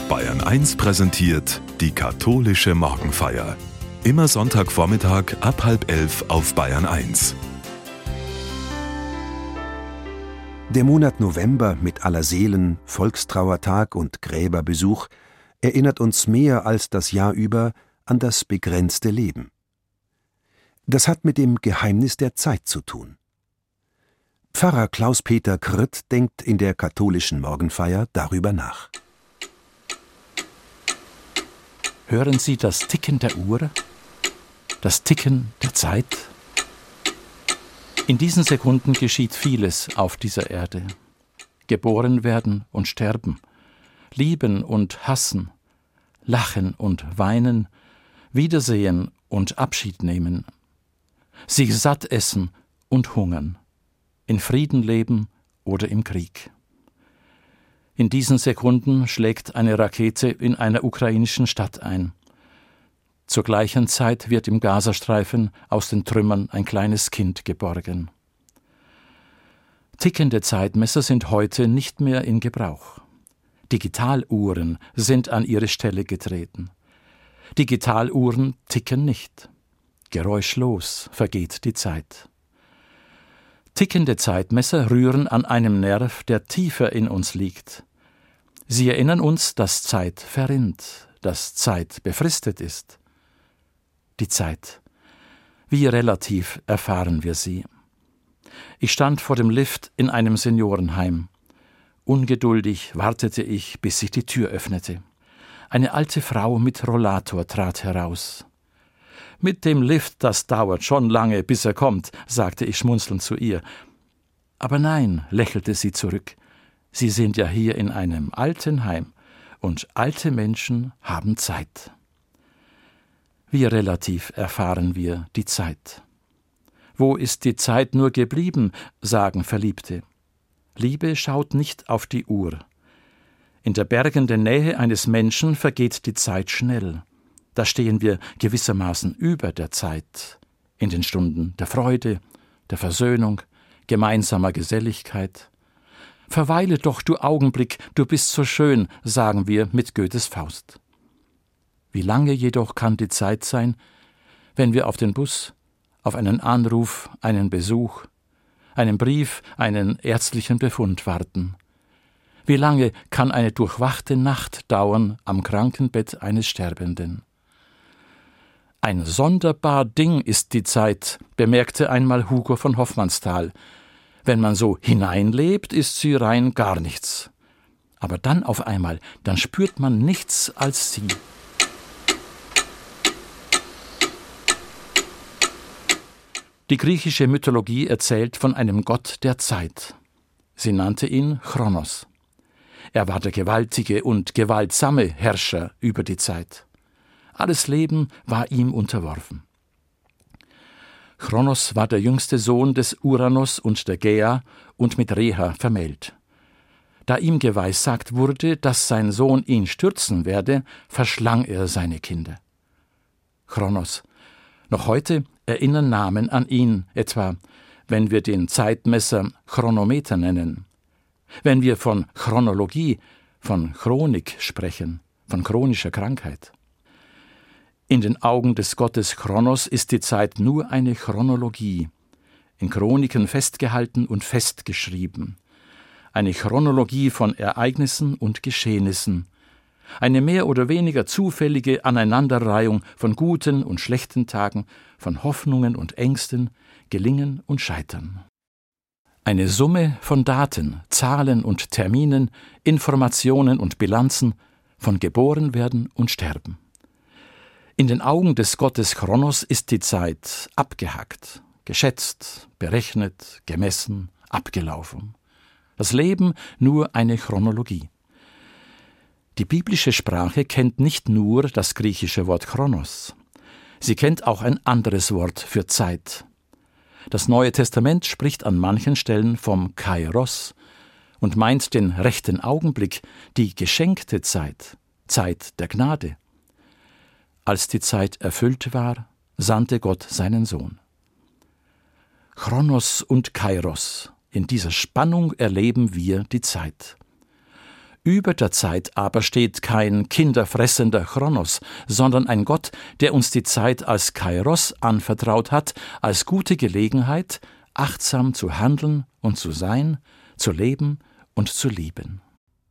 Bayern 1 präsentiert die katholische Morgenfeier. Immer Sonntagvormittag ab 10:30 auf Bayern 1. Der Monat November mit Allerseelen, Volkstrauertag und Gräberbesuch erinnert uns mehr als das Jahr über an das begrenzte Leben. Das hat mit dem Geheimnis der Zeit zu tun. Pfarrer Klaus-Peter Kritt denkt in der katholischen Morgenfeier darüber nach. Hören Sie das Ticken der Uhr? Das Ticken der Zeit? In diesen Sekunden geschieht vieles auf dieser Erde. Geboren werden und sterben, lieben und hassen, lachen und weinen, Wiedersehen und Abschied nehmen, sich satt essen und hungern, in Frieden leben oder im Krieg. In diesen Sekunden schlägt eine Rakete in einer ukrainischen Stadt ein. Zur gleichen Zeit wird im Gazastreifen aus den Trümmern ein kleines Kind geborgen. Tickende Zeitmesser sind heute nicht mehr in Gebrauch. Digitaluhren sind an ihre Stelle getreten. Digitaluhren ticken nicht. Geräuschlos vergeht die Zeit. Tickende Zeitmesser rühren an einem Nerv, der tiefer in uns liegt. Sie erinnern uns, dass Zeit verrinnt, dass Zeit befristet ist. Die Zeit. Wie relativ erfahren wir sie? Ich stand vor dem Lift in einem Seniorenheim. Ungeduldig wartete ich, bis sich die Tür öffnete. Eine alte Frau mit Rollator trat heraus. »Mit dem Lift, das dauert schon lange, bis er kommt«, sagte ich schmunzelnd zu ihr. »Aber nein«, lächelte sie zurück, »Sie sind ja hier in einem Altenheim, und alte Menschen haben Zeit.« Wie relativ erfahren wir die Zeit. Wo ist die Zeit nur geblieben, sagen Verliebte. Liebe schaut nicht auf die Uhr. In der bergenden Nähe eines Menschen vergeht die Zeit schnell. Da stehen wir gewissermaßen über der Zeit, in den Stunden der Freude, der Versöhnung, gemeinsamer Geselligkeit. »Verweile doch, du Augenblick, du bist so schön«, sagen wir mit Goethes Faust. Wie lange jedoch kann die Zeit sein, wenn wir auf den Bus, auf einen Anruf, einen Besuch, einen Brief, einen ärztlichen Befund warten? Wie lange kann eine durchwachte Nacht dauern am Krankenbett eines Sterbenden? Ein sonderbar Ding ist die Zeit, bemerkte einmal Hugo von Hofmannsthal. Wenn man so hineinlebt, ist sie rein gar nichts. Aber dann auf einmal, dann spürt man nichts als sie. Die griechische Mythologie erzählt von einem Gott der Zeit. Sie nannte ihn Chronos. Er war der gewaltige und gewaltsame Herrscher über die Zeit. Alles Leben war ihm unterworfen. Chronos war der jüngste Sohn des Uranos und der Gea und mit Rhea vermählt. Da ihm geweissagt wurde, dass sein Sohn ihn stürzen werde, verschlang er seine Kinder. Chronos. Noch heute erinnern Namen an ihn, etwa wenn wir den Zeitmesser Chronometer nennen, wenn wir von Chronologie, von Chronik sprechen, von chronischer Krankheit. In den Augen des Gottes Chronos ist die Zeit nur eine Chronologie, in Chroniken festgehalten und festgeschrieben. Eine Chronologie von Ereignissen und Geschehnissen, eine mehr oder weniger zufällige Aneinanderreihung von guten und schlechten Tagen, von Hoffnungen und Ängsten, Gelingen und Scheitern. Eine Summe von Daten, Zahlen und Terminen, Informationen und Bilanzen, von Geborenwerden und Sterben. In den Augen des Gottes Chronos ist die Zeit abgehackt, geschätzt, berechnet, gemessen, abgelaufen. Das Leben nur eine Chronologie. Die biblische Sprache kennt nicht nur das griechische Wort Chronos. Sie kennt auch ein anderes Wort für Zeit. Das Neue Testament spricht an manchen Stellen vom Kairos und meint den rechten Augenblick, die geschenkte Zeit, Zeit der Gnade. Als die Zeit erfüllt war, sandte Gott seinen Sohn. Chronos und Kairos, in dieser Spannung erleben wir die Zeit. Über der Zeit aber steht kein kinderfressender Chronos, sondern ein Gott, der uns die Zeit als Kairos anvertraut hat, als gute Gelegenheit, achtsam zu handeln und zu sein, zu leben und zu lieben.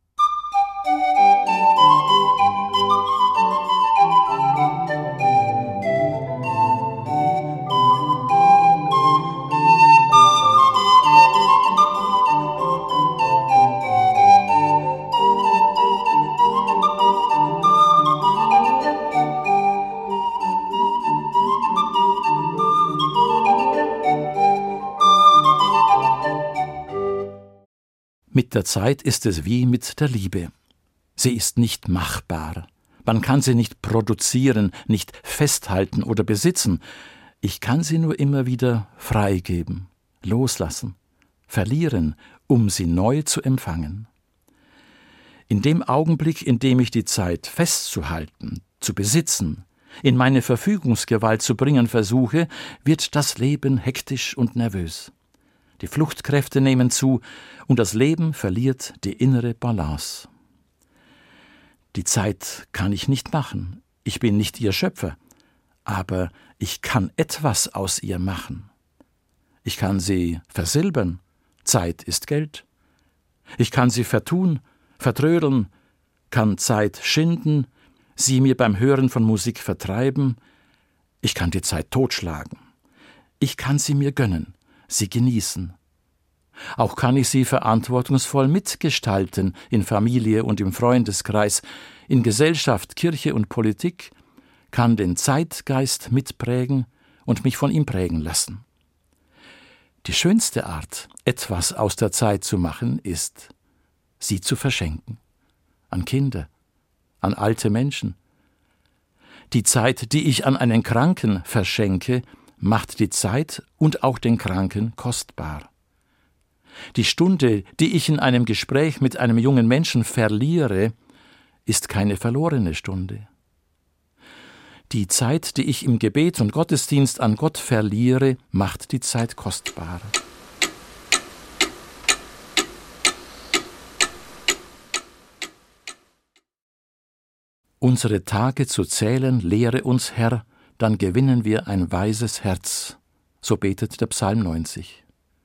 Mit der Zeit ist es wie mit der Liebe. Sie ist nicht machbar. Man kann sie nicht produzieren, nicht festhalten oder besitzen. Ich kann sie nur immer wieder freigeben, loslassen, verlieren, um sie neu zu empfangen. In dem Augenblick, in dem ich die Zeit festzuhalten, zu besitzen, in meine Verfügungsgewalt zu bringen versuche, wird das Leben hektisch und nervös. Die Fluchtkräfte nehmen zu und das Leben verliert die innere Balance. Die Zeit kann ich nicht machen, ich bin nicht ihr Schöpfer, aber ich kann etwas aus ihr machen. Ich kann sie versilbern, Zeit ist Geld. Ich kann sie vertun, vertrödeln, kann Zeit schinden, sie mir beim Hören von Musik vertreiben. Ich kann die Zeit totschlagen. Ich kann sie mir gönnen, sie genießen. Auch kann ich sie verantwortungsvoll mitgestalten in Familie und im Freundeskreis, in Gesellschaft, Kirche und Politik, kann den Zeitgeist mitprägen und mich von ihm prägen lassen. Die schönste Art, etwas aus der Zeit zu machen, ist, sie zu verschenken. An Kinder, an alte Menschen. Die Zeit, die ich an einen Kranken verschenke, macht die Zeit und auch den Kranken kostbar. Die Stunde, die ich in einem Gespräch mit einem jungen Menschen verliere, ist keine verlorene Stunde. Die Zeit, die ich im Gebet und Gottesdienst an Gott verliere, macht die Zeit kostbar. Unsere Tage zu zählen, lehre uns, Herr, dann gewinnen wir ein weises Herz. So betet der Psalm 90.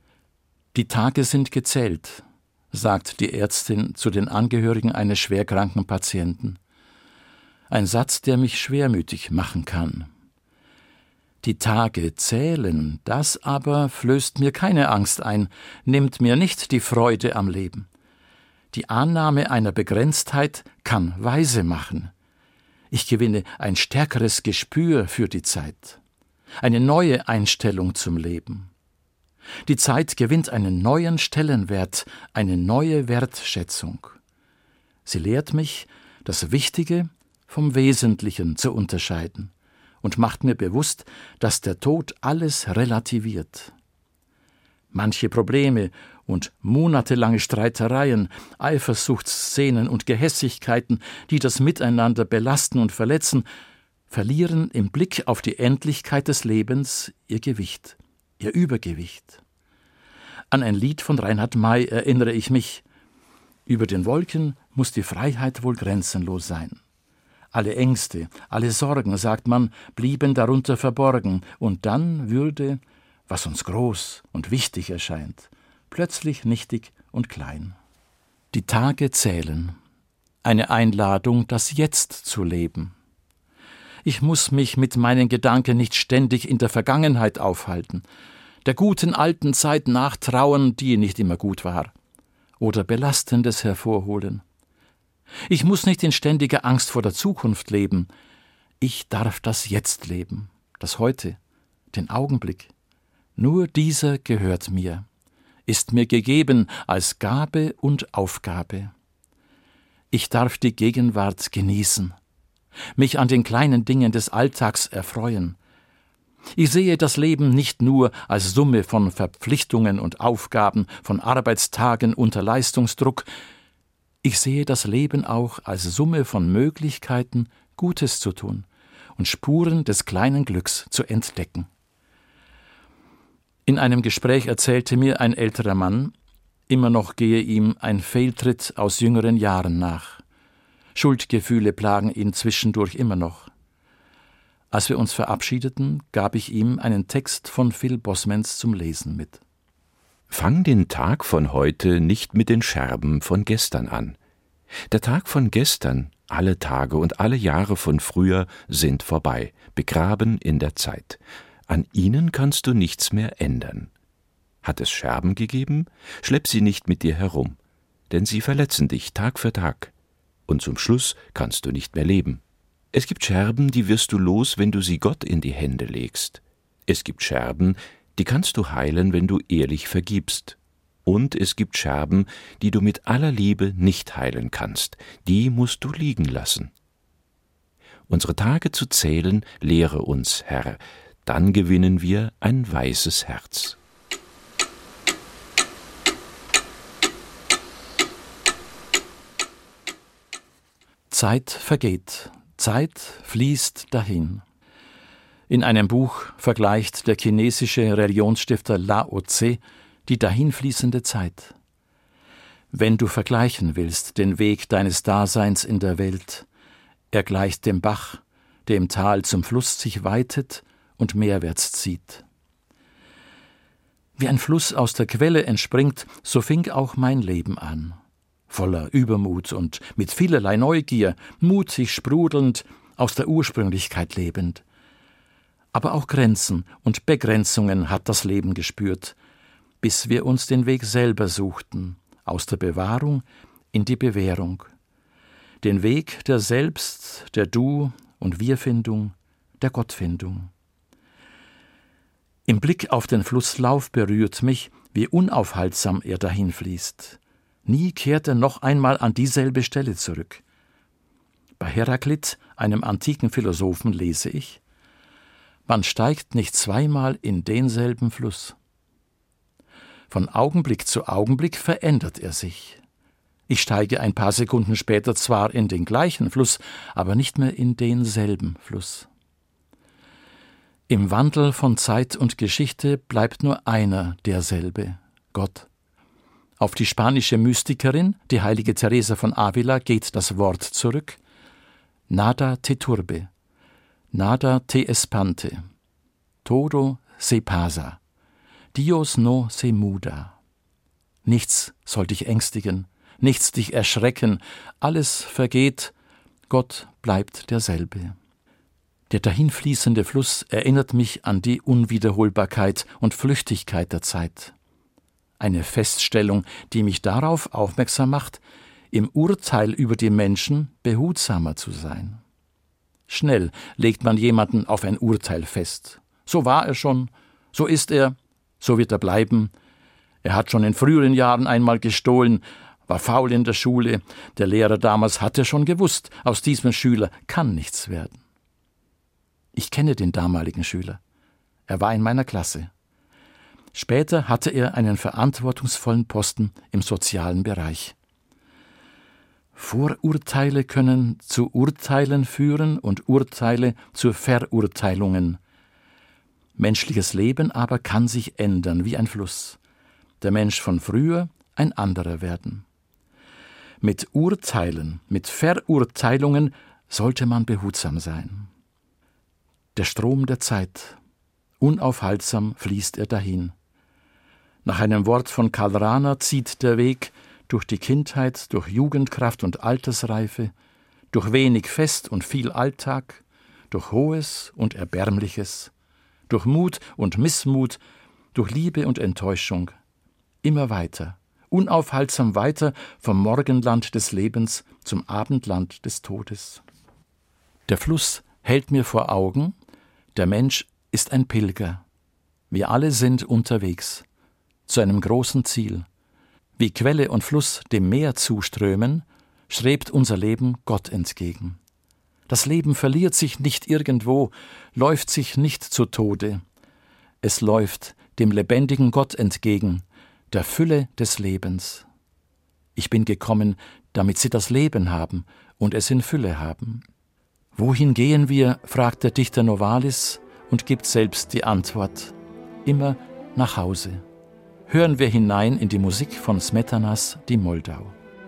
Die Tage sind gezählt, sagt die Ärztin zu den Angehörigen eines schwerkranken Patienten. Ein Satz, der mich schwermütig machen kann. Die Tage zählen, das aber flößt mir keine Angst ein, nimmt mir nicht die Freude am Leben. Die Annahme einer Begrenztheit kann weise machen. Ich gewinne ein stärkeres Gespür für die Zeit, eine neue Einstellung zum Leben. Die Zeit gewinnt einen neuen Stellenwert, eine neue Wertschätzung. Sie lehrt mich, das Wichtige vom Wesentlichen zu unterscheiden und macht mir bewusst, dass der Tod alles relativiert. Manche Probleme und monatelange Streitereien, Eifersuchtsszenen und Gehässigkeiten, die das Miteinander belasten und verletzen, verlieren im Blick auf die Endlichkeit des Lebens ihr Gewicht, ihr Übergewicht. An ein Lied von Reinhard May erinnere ich mich. Über den Wolken muss die Freiheit wohl grenzenlos sein. Alle Ängste, alle Sorgen, sagt man, blieben darunter verborgen, und dann würde, was uns groß und wichtig erscheint, plötzlich nichtig und klein. Die Tage zählen. Eine Einladung, das Jetzt zu leben. Ich muss mich mit meinen Gedanken nicht ständig in der Vergangenheit aufhalten, der guten alten Zeit nachtrauern, die nicht immer gut war, oder Belastendes hervorholen. Ich muss nicht in ständiger Angst vor der Zukunft leben. Ich darf das Jetzt leben, das Heute, den Augenblick. Nur dieser gehört mir, ist mir gegeben als Gabe und Aufgabe. Ich darf die Gegenwart genießen, mich an den kleinen Dingen des Alltags erfreuen. Ich sehe das Leben nicht nur als Summe von Verpflichtungen und Aufgaben, von Arbeitstagen unter Leistungsdruck. Ich sehe das Leben auch als Summe von Möglichkeiten, Gutes zu tun und Spuren des kleinen Glücks zu entdecken. In einem Gespräch erzählte mir ein älterer Mann, Immer noch gehe ihm ein Fehltritt aus jüngeren Jahren nach. Schuldgefühle plagen ihn zwischendurch immer noch. Als wir uns verabschiedeten, gab ich ihm einen Text von Phil Bosmans zum Lesen mit. Fang den Tag von heute nicht mit den Scherben von gestern an. Der Tag von gestern, alle Tage und alle Jahre von früher sind vorbei, begraben in der Zeit. An ihnen kannst du nichts mehr ändern. Hat es Scherben gegeben? Schlepp sie nicht mit dir herum, denn sie verletzen dich Tag für Tag. Und zum Schluss kannst du nicht mehr leben. Es gibt Scherben, die wirst du los, wenn du sie Gott in die Hände legst. Es gibt Scherben, die kannst du heilen, wenn du ehrlich vergibst. Und es gibt Scherben, die du mit aller Liebe nicht heilen kannst. Die musst du liegen lassen. Unsere Tage zu zählen, lehre uns, Herr. Dann gewinnen wir ein weises Herz. Zeit vergeht, Zeit fließt dahin. In einem Buch vergleicht der chinesische Religionsstifter Lao Tse die dahinfließende Zeit. Wenn du vergleichen willst den Weg deines Daseins in der Welt, er gleicht dem Bach, der im Tal zum Fluss sich weitet und meerwärts zieht. Wie ein Fluss aus der Quelle entspringt, so fing auch mein Leben an. Voller Übermut und mit vielerlei Neugier, mutig sprudelnd, aus der Ursprünglichkeit lebend. Aber auch Grenzen und Begrenzungen hat das Leben gespürt, bis wir uns den Weg selber suchten, aus der Bewahrung in die Bewährung. Den Weg der Selbst-, der Du- und Wir-Findung, der Gottfindung. Im Blick auf den Flusslauf berührt mich, wie unaufhaltsam er dahinfließt. Nie kehrt er noch einmal an dieselbe Stelle zurück. Bei Heraklit, einem antiken Philosophen, lese ich: Man steigt nicht zweimal in denselben Fluss. Von Augenblick zu Augenblick verändert er sich. Ich steige ein paar Sekunden später zwar in den gleichen Fluss, aber nicht mehr in denselben Fluss. Im Wandel von Zeit und Geschichte bleibt nur einer derselbe, Gott. Auf die spanische Mystikerin, die heilige Teresa von Avila, geht das Wort zurück: Nada te turbe, nada te espante, todo se pasa, Dios no se muda. Nichts soll dich ängstigen, nichts dich erschrecken, alles vergeht, Gott bleibt derselbe. Der dahinfließende Fluss erinnert mich an die Unwiederholbarkeit und Flüchtigkeit der Zeit. Eine Feststellung, die mich darauf aufmerksam macht, im Urteil über die Menschen behutsamer zu sein. Schnell legt man jemanden auf ein Urteil fest. So war er schon, so ist er, so wird er bleiben. Er hat schon in früheren Jahren einmal gestohlen, war faul in der Schule. Der Lehrer damals hatte schon gewusst, aus diesem Schüler kann nichts werden. Ich kenne den damaligen Schüler. Er war in meiner Klasse. Später hatte er einen verantwortungsvollen Posten im sozialen Bereich. Vorurteile können zu Urteilen führen und Urteile zu Verurteilungen. Menschliches Leben aber kann sich ändern wie ein Fluss. Der Mensch von früher ein anderer werden. Mit Urteilen, mit Verurteilungen sollte man behutsam sein. Der Strom der Zeit, unaufhaltsam fließt er dahin. Nach einem Wort von Karl Rahner zieht der Weg durch die Kindheit, durch Jugendkraft und Altersreife, durch wenig Fest und viel Alltag, durch Hohes und Erbärmliches, durch Mut und Missmut, durch Liebe und Enttäuschung, immer weiter, unaufhaltsam weiter vom Morgenland des Lebens zum Abendland des Todes. Der Fluss hält mir vor Augen, der Mensch ist ein Pilger. Wir alle sind unterwegs, zu einem großen Ziel. Wie Quelle und Fluss dem Meer zuströmen, strebt unser Leben Gott entgegen. Das Leben verliert sich nicht irgendwo, läuft sich nicht zu Tode. Es läuft dem lebendigen Gott entgegen, der Fülle des Lebens. Ich bin gekommen, damit sie das Leben haben und es in Fülle haben. Wohin gehen wir, fragt der Dichter Novalis und gibt selbst die Antwort: immer nach Hause. hören wir hinein in die Musik von Smetanas Die Moldau.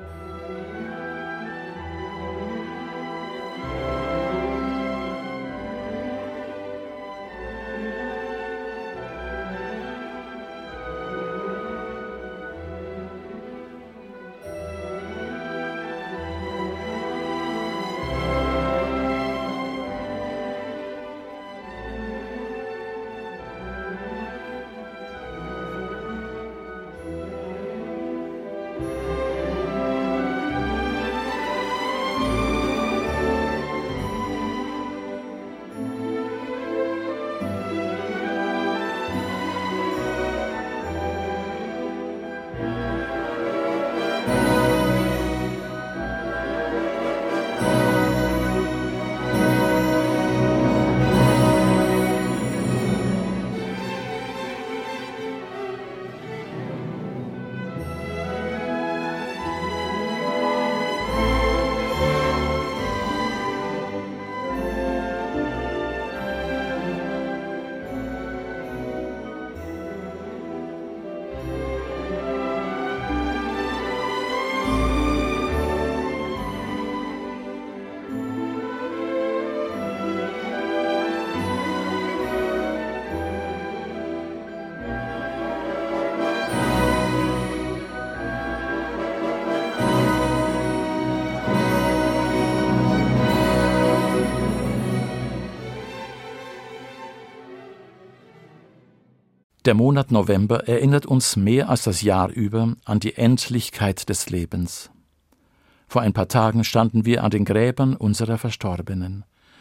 Der Monat November erinnert uns mehr als das Jahr über an die Endlichkeit des Lebens. Vor ein paar Tagen standen wir an den Gräbern unserer Verstorbenen.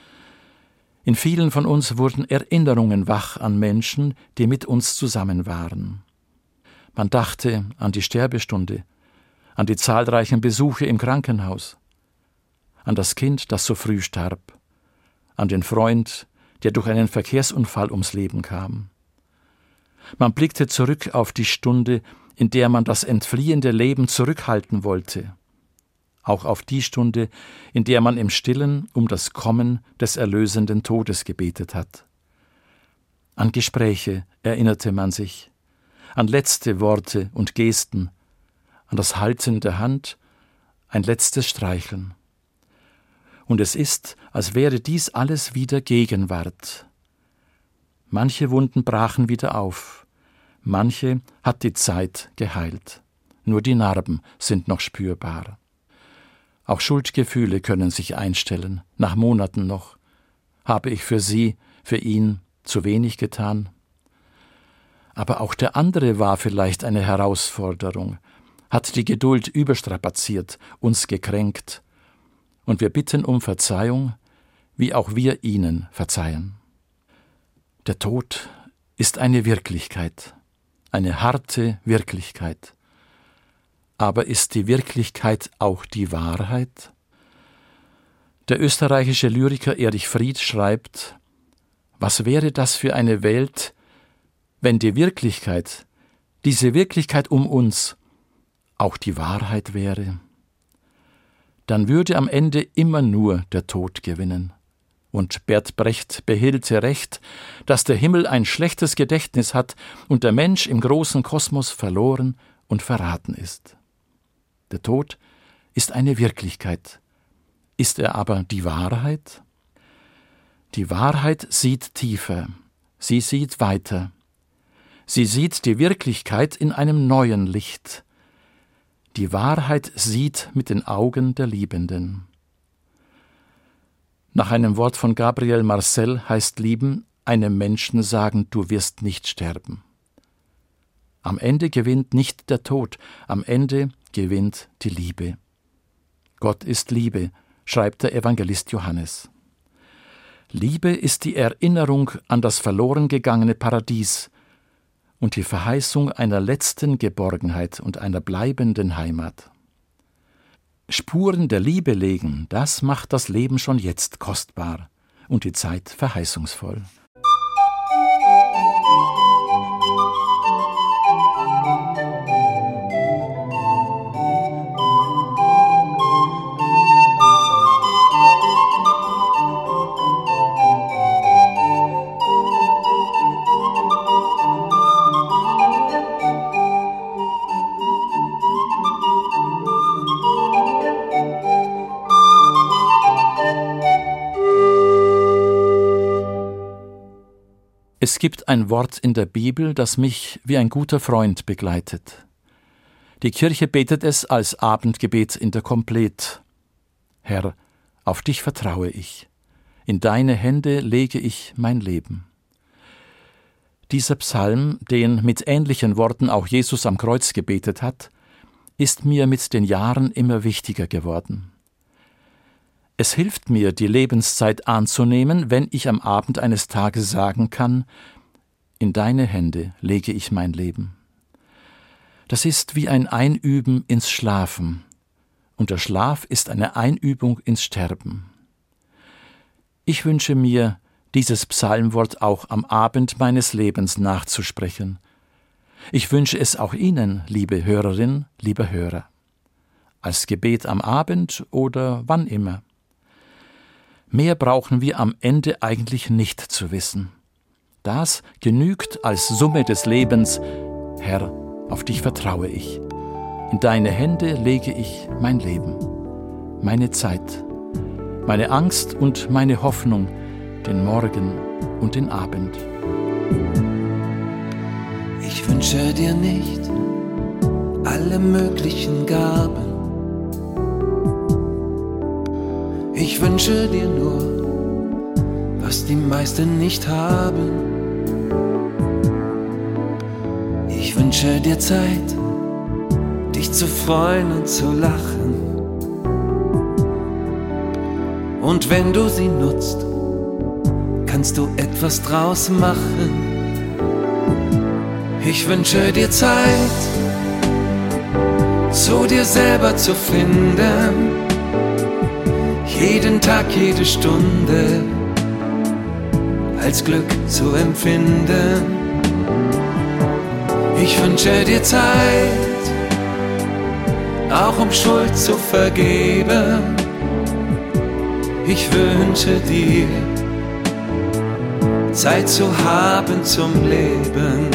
In vielen von uns wurden Erinnerungen wach an Menschen, die mit uns zusammen waren. Man dachte an die Sterbestunde, an die zahlreichen Besuche im Krankenhaus, an das Kind, das so früh starb, an den Freund, der durch einen Verkehrsunfall ums Leben kam. Man blickte zurück auf die Stunde, in der man das entfliehende Leben zurückhalten wollte. Auch auf die Stunde, in der man im Stillen um das Kommen des erlösenden Todes gebetet hat. An Gespräche erinnerte man sich, an letzte Worte und Gesten, an das Halten der Hand, ein letztes Streicheln. Und es ist, als wäre dies alles wieder Gegenwart. Manche Wunden brachen wieder auf, manche hat die Zeit geheilt. Nur die Narben sind noch spürbar. Auch Schuldgefühle können sich einstellen, nach Monaten noch. Habe ich für sie, für ihn zu wenig getan? Aber auch der andere war vielleicht eine Herausforderung, hat die Geduld überstrapaziert, uns gekränkt. Und wir bitten um Verzeihung, wie auch wir ihnen verzeihen. Der Tod ist eine Wirklichkeit, eine harte Wirklichkeit. Aber ist die Wirklichkeit auch die Wahrheit? Der österreichische Lyriker Erich Fried schreibt: Was wäre das für eine Welt, wenn die Wirklichkeit, diese Wirklichkeit um uns, auch die Wahrheit wäre? Dann würde am Ende immer nur der Tod gewinnen. Und Bert Brecht behielte recht, dass der Himmel ein schlechtes Gedächtnis hat und der Mensch im großen Kosmos verloren und verraten ist. Der Tod ist eine Wirklichkeit. Ist er aber die Wahrheit? Die Wahrheit sieht tiefer, sie sieht weiter. Sie sieht die Wirklichkeit in einem neuen Licht. Die Wahrheit sieht mit den Augen der Liebenden. Nach einem Wort von Gabriel Marcel heißt Lieben, einem Menschen sagen, du wirst nicht sterben. Am Ende gewinnt nicht der Tod, am Ende gewinnt die Liebe. Gott ist Liebe, schreibt der Evangelist Johannes. Liebe ist die Erinnerung an das verloren gegangene Paradies und die Verheißung einer letzten Geborgenheit und einer bleibenden Heimat. Spuren der Liebe legen, das macht das Leben schon jetzt kostbar und die Zeit verheißungsvoll. Es gibt ein Wort in der Bibel, das mich wie ein guter Freund begleitet. Die Kirche betet es als Abendgebet in der Komplet. Herr, auf dich vertraue ich. In deine Hände lege ich mein Leben. Dieser Psalm, den mit ähnlichen Worten auch Jesus am Kreuz gebetet hat, ist mir mit den Jahren immer wichtiger geworden. Es hilft mir, die Lebenszeit anzunehmen, wenn ich am Abend eines Tages sagen kann, in deine Hände lege ich mein Leben. Das ist wie ein Einüben ins Schlafen, und der Schlaf ist eine Einübung ins Sterben. Ich wünsche mir, dieses Psalmwort auch am Abend meines Lebens nachzusprechen. Ich wünsche es auch Ihnen, liebe Hörerin, lieber Hörer. Als Gebet am Abend oder wann immer. Mehr brauchen wir am Ende eigentlich nicht zu wissen. Das genügt als Summe des Lebens. Herr, auf dich vertraue ich. In deine Hände lege ich mein Leben, meine Zeit, meine Angst und meine Hoffnung, den Morgen und den Abend. Ich wünsche dir nicht alle möglichen Gaben. Ich wünsche dir nur, was die meisten nicht haben. Ich wünsche dir Zeit, dich zu freuen und zu lachen. Und wenn du sie nutzt, kannst du etwas draus machen. Ich wünsche dir Zeit, zu dir selber zu finden. Jeden Tag, jede Stunde als Glück zu empfinden. Ich wünsche dir Zeit, auch um Schuld zu vergeben. Ich wünsche dir Zeit zu haben zum Leben.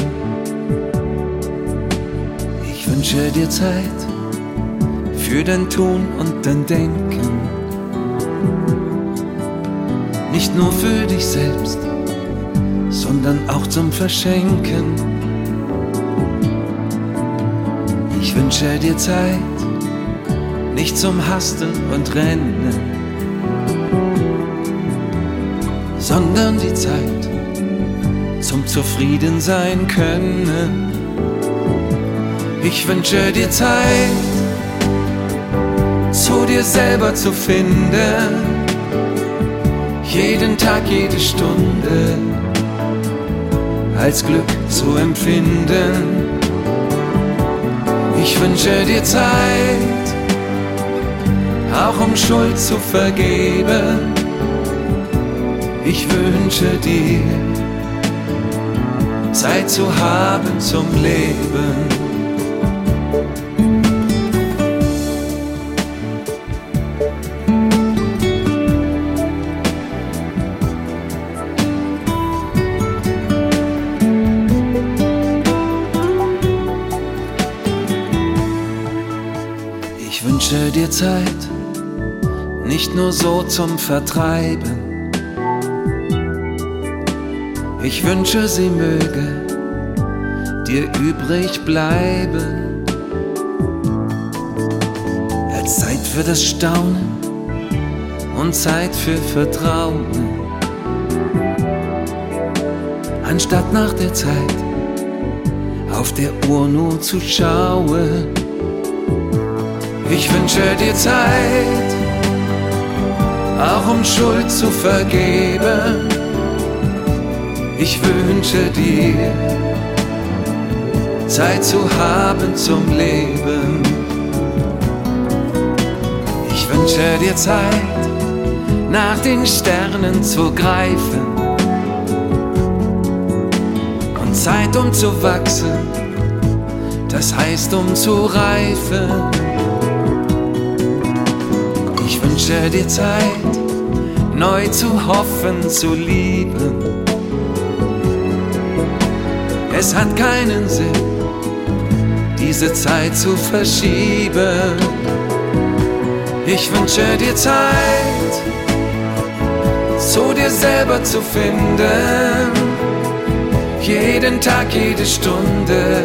Ich wünsche dir Zeit für dein Tun und dein Denken. Nicht nur für dich selbst, sondern auch zum Verschenken. Ich wünsche dir Zeit, nicht zum Hasten und Rennen, sondern die Zeit zum Zufriedensein können. Ich wünsche dir Zeit, zu dir selber zu finden. Jeden Tag, jede Stunde als Glück zu empfinden. Ich wünsche dir Zeit, auch um Schuld zu vergeben. Ich wünsche dir Zeit zu haben zum Leben. Ich wünsche dir Zeit, nicht nur so zum Vertreiben. Ich wünsche, sie möge dir übrig bleiben. Als Zeit für das Staunen und Zeit für Vertrauen. Anstatt nach der Zeit auf der Uhr nur zu schauen. Ich wünsche dir Zeit, auch um Schuld zu vergeben. Ich wünsche dir Zeit zu haben zum Leben. Ich wünsche dir Zeit, nach den Sternen zu greifen. Und Zeit, um zu wachsen, das heißt, um zu reifen. Ich wünsche dir Zeit, neu zu hoffen, zu lieben. Es hat keinen Sinn, diese Zeit zu verschieben. Ich wünsche dir Zeit, zu dir selber zu finden. jeden Tag, jede Stunde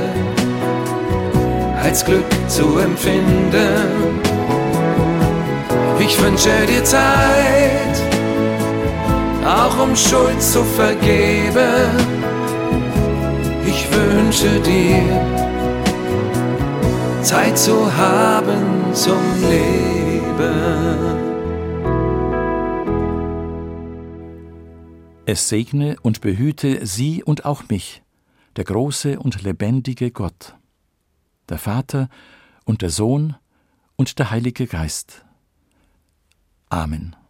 als Glück zu empfinden. Ich wünsche dir Zeit, auch um Schuld zu vergeben. Ich wünsche dir Zeit zu haben zum Leben. Es segne und behüte sie und auch mich, der große und lebendige Gott, der Vater und der Sohn und der Heilige Geist. Amen.